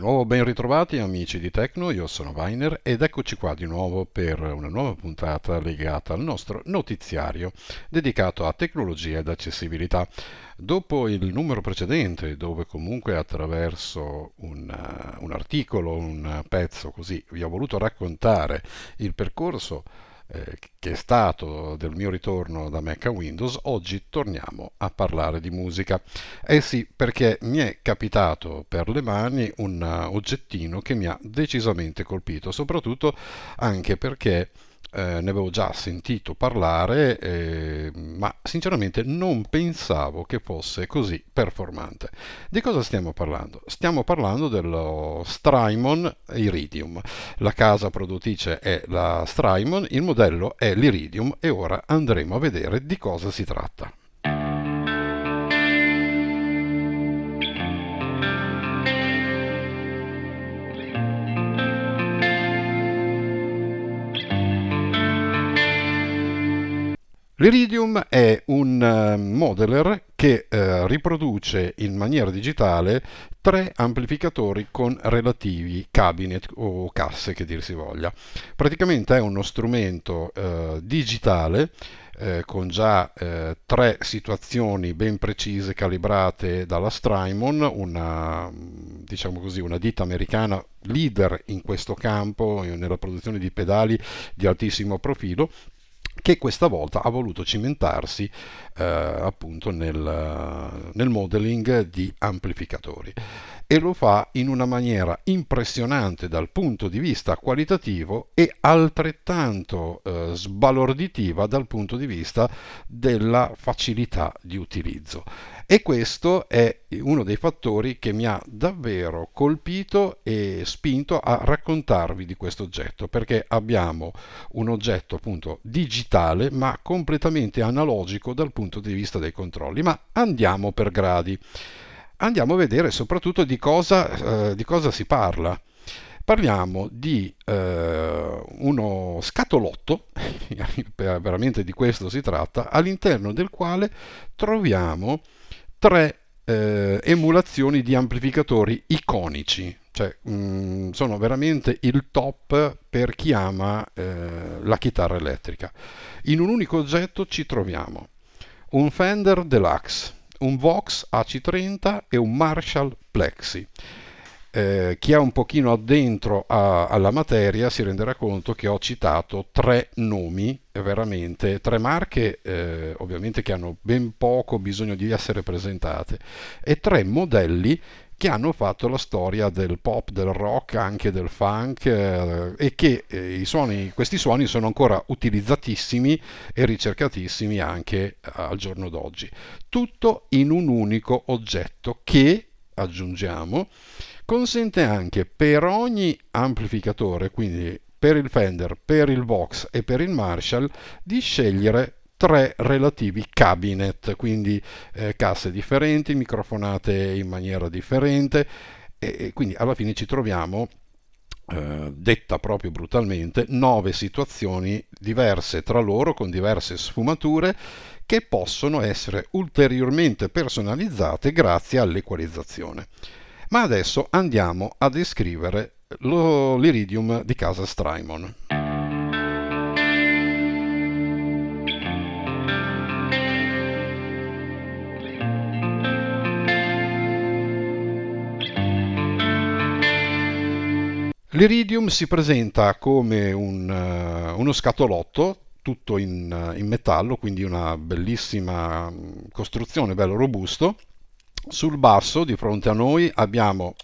nuovo ben ritrovati amici di Tecno, io sono Vainer ed eccoci qua di nuovo per una nuova puntata legata al nostro notiziario dedicato a tecnologia ed accessibilità. Dopo il numero precedente, dove comunque attraverso un articolo, un pezzo così, vi ho voluto raccontare il percorso che è stato del mio ritorno da Mac a Windows, oggi torniamo a parlare di musica. Eh sì, perché mi è capitato per le mani un oggettino che mi ha decisamente colpito, soprattutto anche perché ne avevo già sentito parlare, ma sinceramente non pensavo che fosse così performante. Di cosa stiamo parlando? Stiamo parlando dello Strymon Iridium. La casa produttrice è la Strymon, il modello è l'Iridium e ora andremo a vedere di cosa si tratta. L'Iridium è un modeler che riproduce in maniera digitale tre amplificatori con relativi cabinet o casse, che dir si voglia. Praticamente è uno strumento digitale con già tre situazioni ben precise calibrate dalla Strymon, diciamo così, una ditta americana leader in questo campo, nella produzione di pedali di altissimo profilo, che questa volta ha voluto cimentarsi appunto nel modeling di amplificatori e lo fa in una maniera impressionante dal punto di vista qualitativo e altrettanto sbalorditiva dal punto di vista della facilità di utilizzo. E questo è uno dei fattori che mi ha davvero colpito e spinto a raccontarvi di questo oggetto, perché abbiamo un oggetto appunto digitale ma completamente analogico dal punto di vista dei controlli. Ma andiamo per gradi. Andiamo a vedere soprattutto di cosa si parla. Parliamo di uno scatolotto, veramente di questo si tratta, all'interno del quale troviamo tre emulazioni di amplificatori iconici, cioè sono veramente il top per chi ama la chitarra elettrica. In un unico oggetto ci troviamo un Fender Deluxe, un Vox AC30 e un Marshall Plexi. Chi ha un pochino addentro alla materia si renderà conto che ho citato tre nomi, veramente tre marche ovviamente che hanno ben poco bisogno di essere presentate e tre modelli che hanno fatto la storia del pop, del rock, anche del funk e che questi suoni sono ancora utilizzatissimi e ricercatissimi anche al giorno d'oggi. Tutto in un unico oggetto che, aggiungiamo, consente anche per ogni amplificatore, quindi per il Fender, per il Vox e per il Marshall, di scegliere tre relativi cabinet, quindi casse differenti, microfonate in maniera differente e quindi alla fine ci troviamo detta proprio brutalmente, 9 situazioni diverse tra loro con diverse sfumature che possono essere ulteriormente personalizzate grazie all'equalizzazione. Ma adesso andiamo a descrivere l'Iridium di casa Strymon. L'Iridium si presenta come uno scatolotto tutto in metallo, quindi una bellissima costruzione, bello robusto. Sul basso, di fronte a noi, abbiamo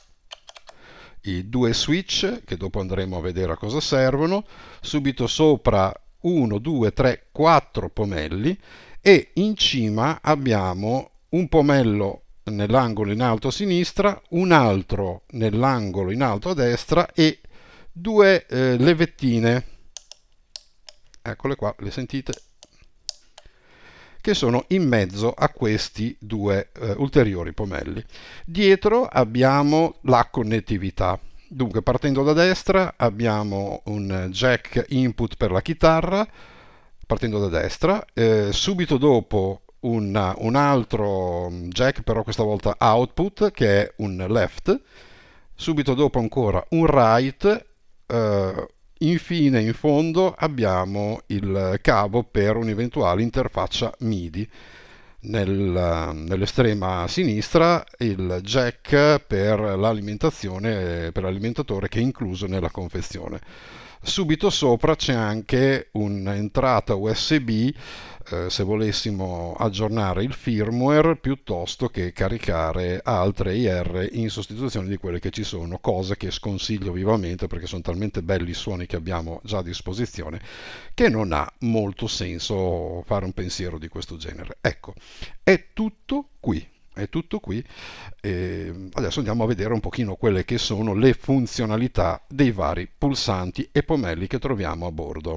i due switch, che dopo andremo a vedere a cosa servono, subito sopra 1, 2, 3, 4 pomelli e in cima abbiamo un pomello nell'angolo in alto a sinistra, un altro nell'angolo in alto a destra e due levettine, eccole qua, le sentite? Che sono in mezzo a questi due ulteriori pomelli. Dietro abbiamo la connettività. Dunque, partendo da destra abbiamo un jack input per la chitarra, partendo da destra, subito dopo un altro jack, però questa volta output, che è un left, subito dopo ancora un write, infine in fondo abbiamo il cavo per un'eventuale interfaccia MIDI. Nell'estrema sinistra il jack per l'alimentatore che è incluso nella confezione. Subito sopra c'è anche un'entrata USB se volessimo aggiornare il firmware piuttosto che caricare altre IR in sostituzione di quelle che ci sono, cosa che sconsiglio vivamente perché sono talmente belli i suoni che abbiamo già a disposizione che non ha molto senso fare un pensiero di questo genere. Ecco, è tutto qui. È tutto qui. Adesso andiamo a vedere un pochino quelle che sono le funzionalità dei vari pulsanti e pomelli che troviamo a bordo.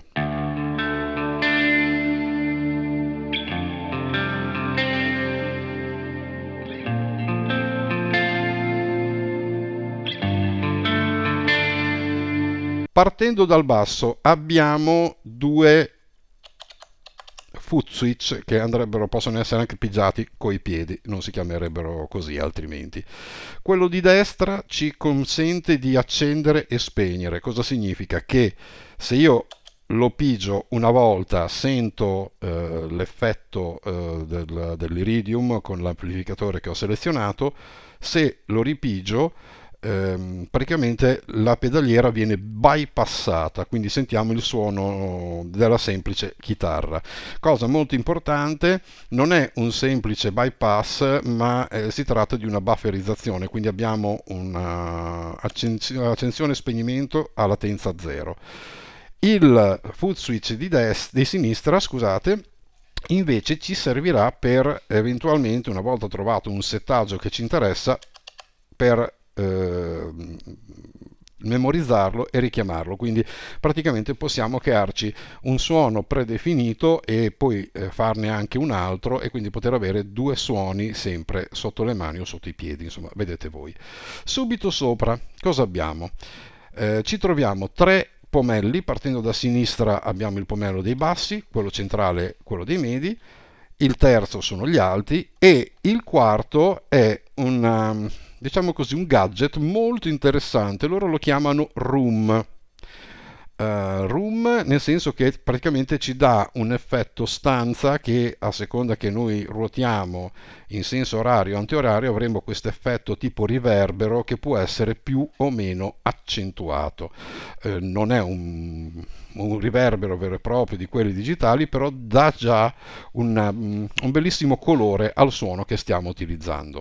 Partendo dal basso abbiamo due foot switch che possono essere anche pigiati coi piedi, non si chiamerebbero così altrimenti. Quello di destra ci consente di accendere e spegnere. Cosa significa? Che se io lo pigio una volta sento l'effetto dell'Iridium con l'amplificatore che ho selezionato, se lo ripigio praticamente la pedaliera viene bypassata, quindi sentiamo il suono della semplice chitarra. Cosa molto importante, non è un semplice bypass, ma si tratta di una bufferizzazione, quindi abbiamo una accensione e spegnimento a latenza zero. Il foot switch di sinistra, scusate, invece ci servirà per eventualmente, una volta trovato un settaggio che ci interessa, per memorizzarlo e richiamarlo, quindi praticamente possiamo crearci un suono predefinito e poi farne anche un altro e quindi poter avere due suoni sempre sotto le mani o sotto i piedi, insomma vedete voi. Subito sopra cosa abbiamo? Ci troviamo tre pomelli. Partendo da sinistra abbiamo il pomello dei bassi, quello centrale quello dei medi, il terzo sono gli alti e il quarto è diciamo così, un gadget molto interessante. Loro lo chiamano room. Room nel senso che praticamente ci dà un effetto stanza che a seconda che noi ruotiamo in senso orario o antiorario avremo questo effetto tipo riverbero che può essere più o meno accentuato. Non è un riverbero vero e proprio di quelli digitali, però dà già un bellissimo colore al suono che stiamo utilizzando.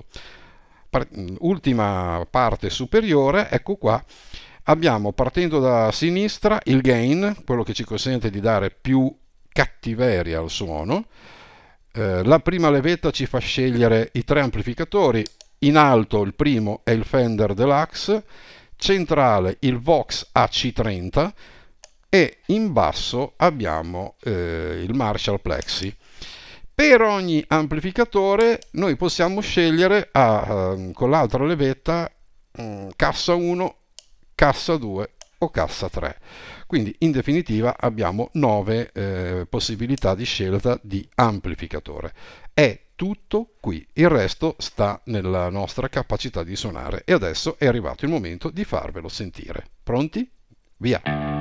Ultima parte superiore, ecco qua, abbiamo partendo da sinistra il gain, quello che ci consente di dare più cattiveria al suono. La prima levetta ci fa scegliere i tre amplificatori. In alto il primo è il Fender Deluxe, centrale il Vox AC30 e in basso abbiamo il Marshall Plexi. Per ogni amplificatore noi possiamo scegliere con l'altra levetta cassa 1, cassa 2 o cassa 3. Quindi in definitiva abbiamo 9 possibilità di scelta di amplificatore. È tutto qui, il resto sta nella nostra capacità di suonare e adesso è arrivato il momento di farvelo sentire. Pronti? Via!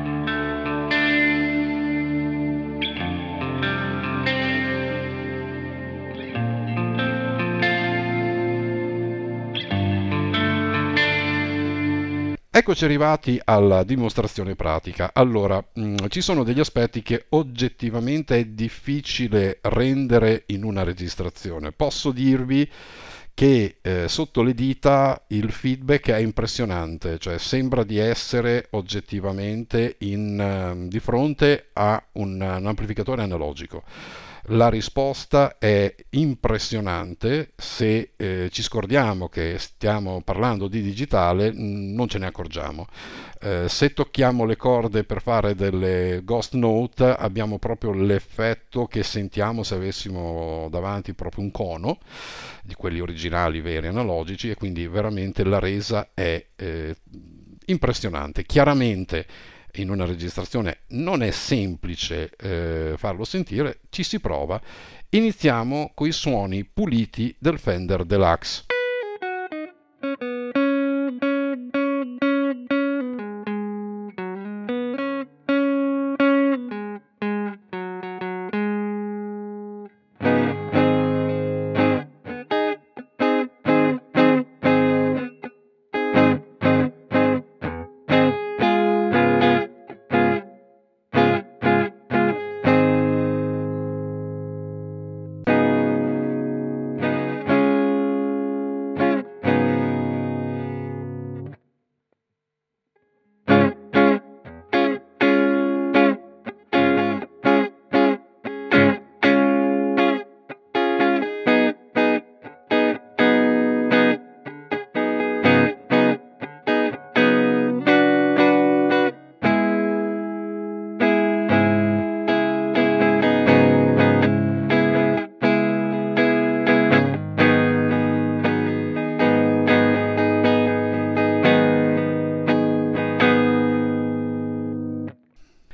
Eccoci arrivati alla dimostrazione pratica. Allora, ci sono degli aspetti che oggettivamente è difficile rendere in una registrazione. Posso dirvi che sotto le dita il feedback è impressionante, cioè sembra di essere oggettivamente di fronte a un amplificatore analogico. La risposta è impressionante. Se ci scordiamo che stiamo parlando di digitale, non ce ne accorgiamo. Se tocchiamo le corde per fare delle ghost note, abbiamo proprio l'effetto che sentiamo se avessimo davanti proprio un cono di quelli originali, veri, analogici, e quindi veramente la resa è impressionante. Chiaramente in una registrazione non è semplice farlo sentire, ci si prova. Iniziamo con i suoni puliti del Fender Deluxe.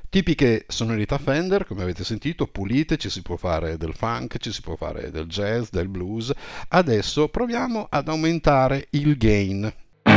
Tipiche sonorità Fender, come avete sentito, pulite, ci si può fare del funk, ci si può fare del jazz, del blues. Adesso proviamo ad aumentare il gain.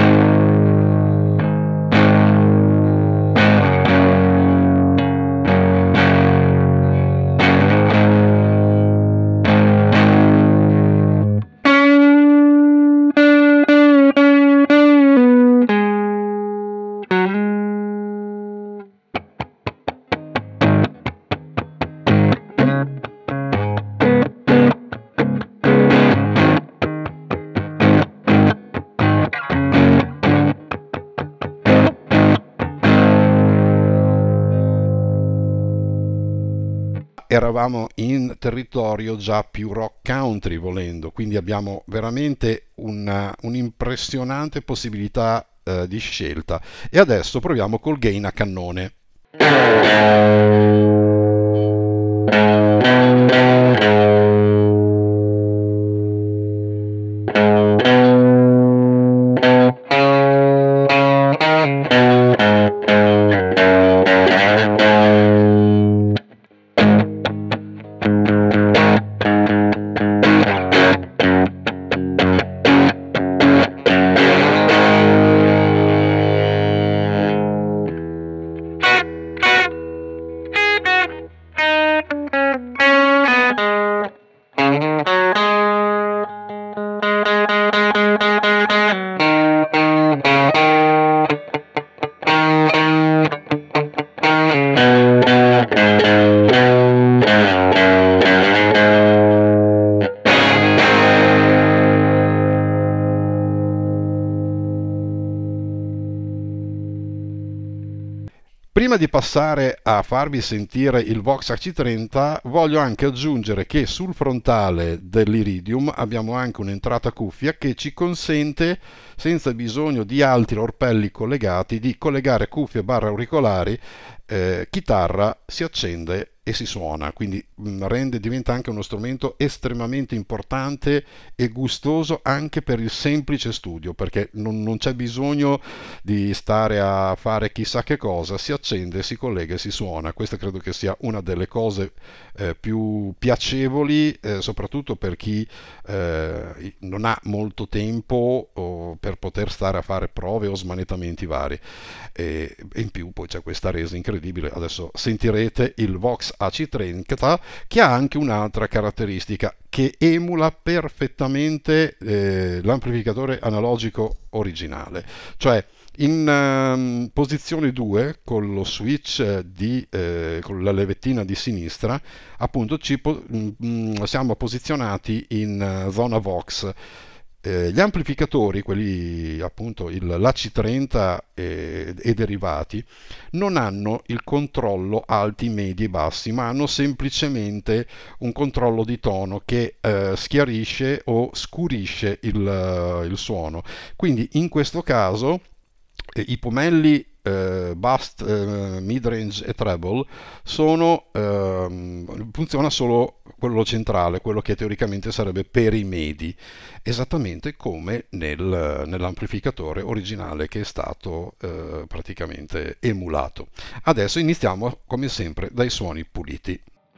Eravamo in territorio già più rock country volendo, quindi abbiamo veramente un'impressionante possibilità di scelta. E adesso proviamo col gain a cannone. Prima di passare a farvi sentire il Vox AC30, voglio anche aggiungere che sul frontale dell'Iridium abbiamo anche un'entrata cuffia che ci consente, senza bisogno di altri orpelli collegati, di collegare cuffie barra auricolari, chitarra, si accende e si suona, quindi diventa anche uno strumento estremamente importante e gustoso anche per il semplice studio, perché non c'è bisogno di stare a fare chissà che cosa, si accende, si collega e si suona. Questa credo che sia una delle cose più piacevoli, soprattutto per chi non ha molto tempo per poter stare a fare prove o smanettamenti vari. E in più poi c'è questa resa incredibile. Adesso sentirete il Vox AC30, che ha anche un'altra caratteristica, che emula perfettamente l'amplificatore analogico originale, cioè in posizione 2 con lo switch con la levettina di sinistra, appunto siamo posizionati in zona Vox. Gli amplificatori, quelli appunto l'AC30 e derivati, non hanno il controllo alti, medi e bassi, ma hanno semplicemente un controllo di tono che schiarisce o scurisce il suono. Quindi in questo caso i pomelli bass, midrange e treble funziona solo quello centrale, quello che teoricamente sarebbe per i medi, esattamente come nell'amplificatore originale che è stato praticamente emulato. Adesso iniziamo come sempre dai suoni puliti.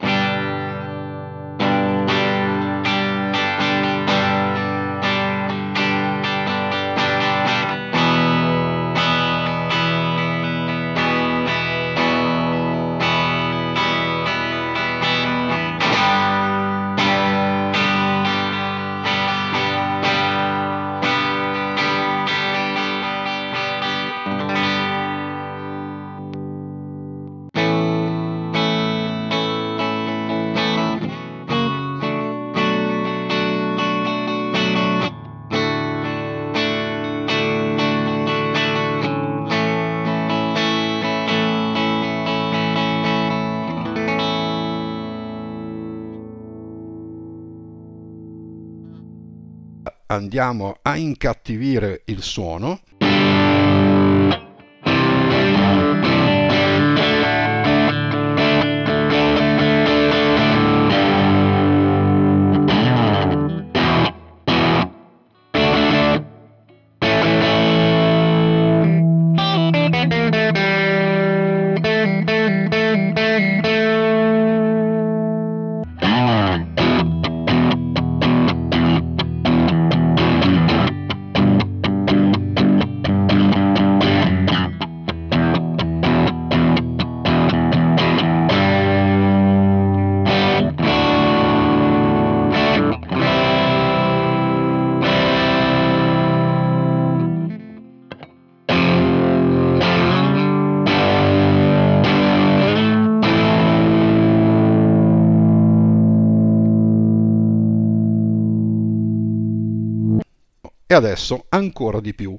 Andiamo a incattivire il suono. e adesso ancora di più.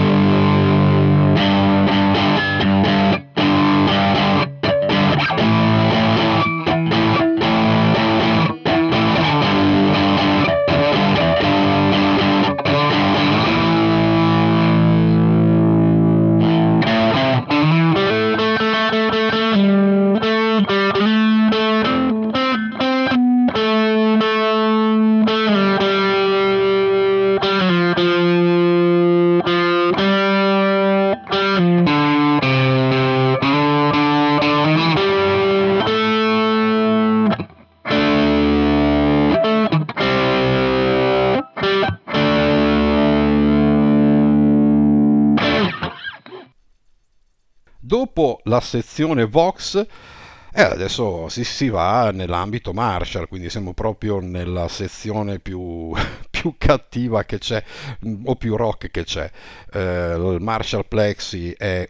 Dopo la sezione Vox, adesso si va nell'ambito Marshall, quindi siamo proprio nella sezione più, più cattiva che c'è, o più rock che c'è. Il Marshall Plexi è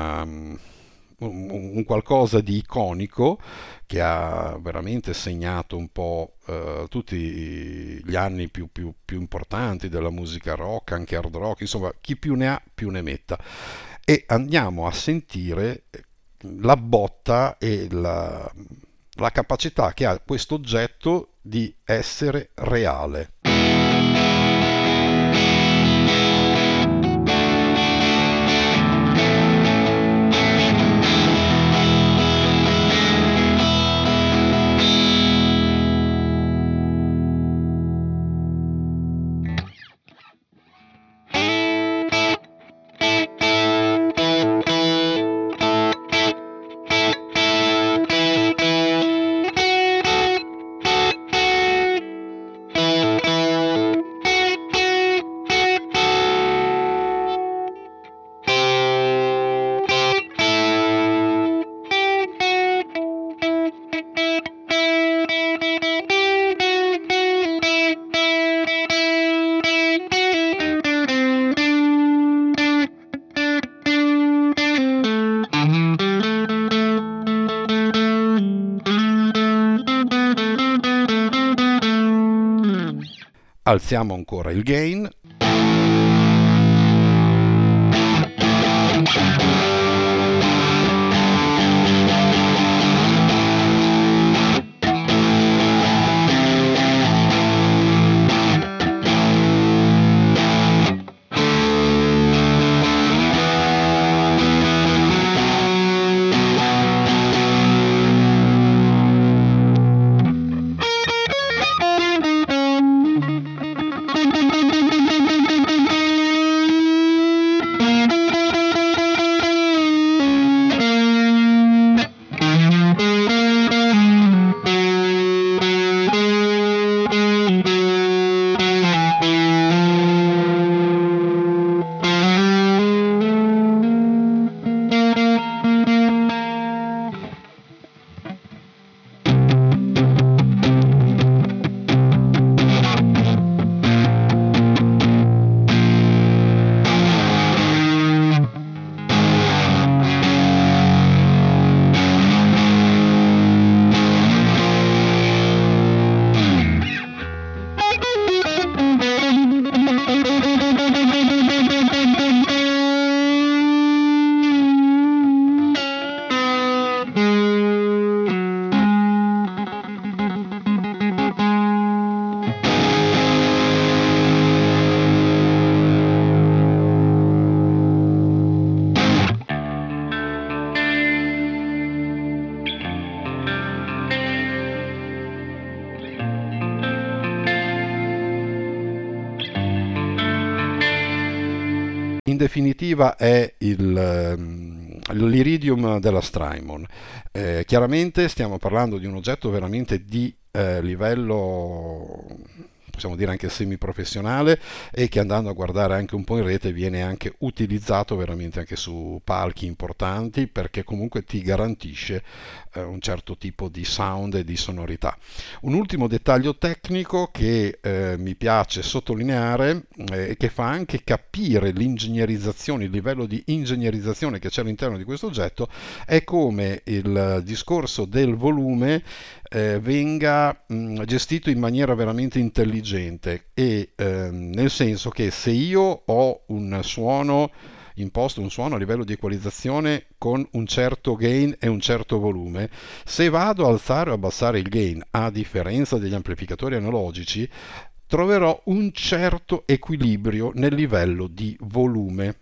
un qualcosa di iconico che ha veramente segnato un po' tutti gli anni più importanti della musica rock, anche hard rock, insomma, chi più ne ha più ne metta. E andiamo a sentire la botta e la capacità che ha questo oggetto di essere reale. Alziamo ancora il gain. In definitiva è l'Iridium della Strymon. Chiaramente stiamo parlando di un oggetto veramente di livello, possiamo dire anche semiprofessionale, e che, andando a guardare anche un po' in rete, viene anche utilizzato veramente anche su palchi importanti, perché comunque ti garantisce un certo tipo di sound e di sonorità. Un ultimo dettaglio tecnico che mi piace sottolineare e che fa anche capire l'ingegnerizzazione, il livello di ingegnerizzazione che c'è all'interno di questo oggetto, è come il discorso del volume venga gestito in maniera veramente intelligente e nel senso che se io ho un suono imposto un suono a livello di equalizzazione con un certo gain e un certo volume, se vado a alzare o abbassare il gain a differenza degli amplificatori analogici, troverò un certo equilibrio nel livello di volume.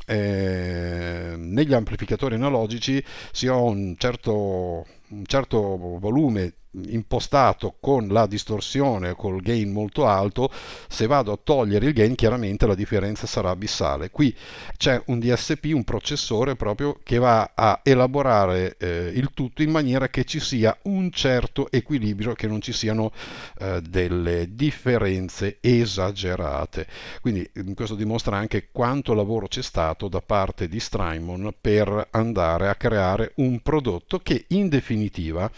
Negli amplificatori analogici si ha un certo volume impostato con la distorsione, col gain molto alto. Se vado a togliere il gain, chiaramente la differenza sarà abissale. Qui c'è un DSP, un processore proprio che va a elaborare il tutto in maniera che ci sia un certo equilibrio, che non ci siano delle differenze esagerate. Quindi questo dimostra anche quanto lavoro c'è stato da parte di Strymon per andare a creare un prodotto che in definitiva,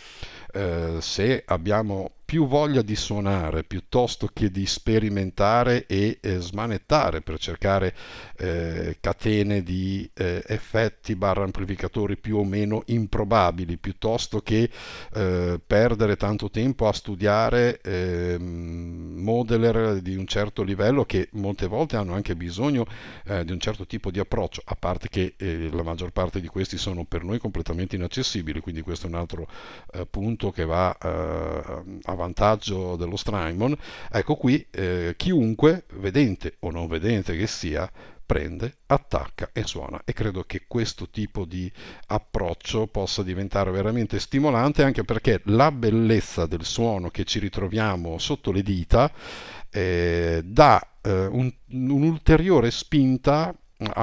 se abbiamo più voglia di suonare piuttosto che di sperimentare e smanettare per cercare catene di effetti barra amplificatori più o meno improbabili, piuttosto che perdere tanto tempo a studiare modeler di un certo livello che molte volte hanno anche bisogno di un certo tipo di approccio, a parte che la maggior parte di questi sono per noi completamente inaccessibili, quindi questo è un altro punto che va a vantaggio dello Strymon. Ecco qui chiunque, vedente o non vedente che sia, prende, attacca e suona, e credo che questo tipo di approccio possa diventare veramente stimolante, anche perché la bellezza del suono che ci ritroviamo sotto le dita dà un'ulteriore spinta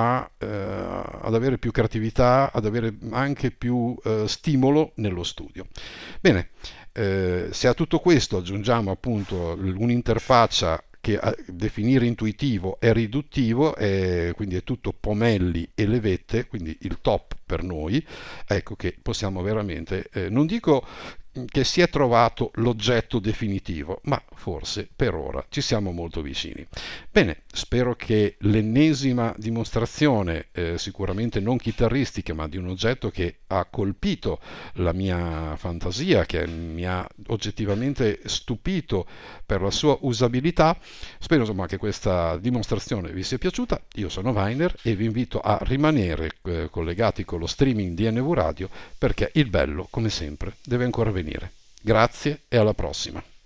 ad avere più creatività, ad avere anche più stimolo nello studio. Bene, se a tutto questo aggiungiamo appunto un'interfaccia che a definire intuitivo è riduttivo, quindi è tutto pomelli e levette, quindi il top per noi, ecco che possiamo veramente, non dico che si è trovato l'oggetto definitivo, ma forse per ora ci siamo molto vicini. Bene, spero che l'ennesima dimostrazione, sicuramente non chitarristica, ma di un oggetto che ha colpito la mia fantasia, che mi ha oggettivamente stupito per la sua usabilità, spero insomma che questa dimostrazione vi sia piaciuta. Io sono Weiner e vi invito a rimanere collegati con lo streaming di NV Radio, perché il bello, come sempre, deve ancora venire. Grazie e alla prossima.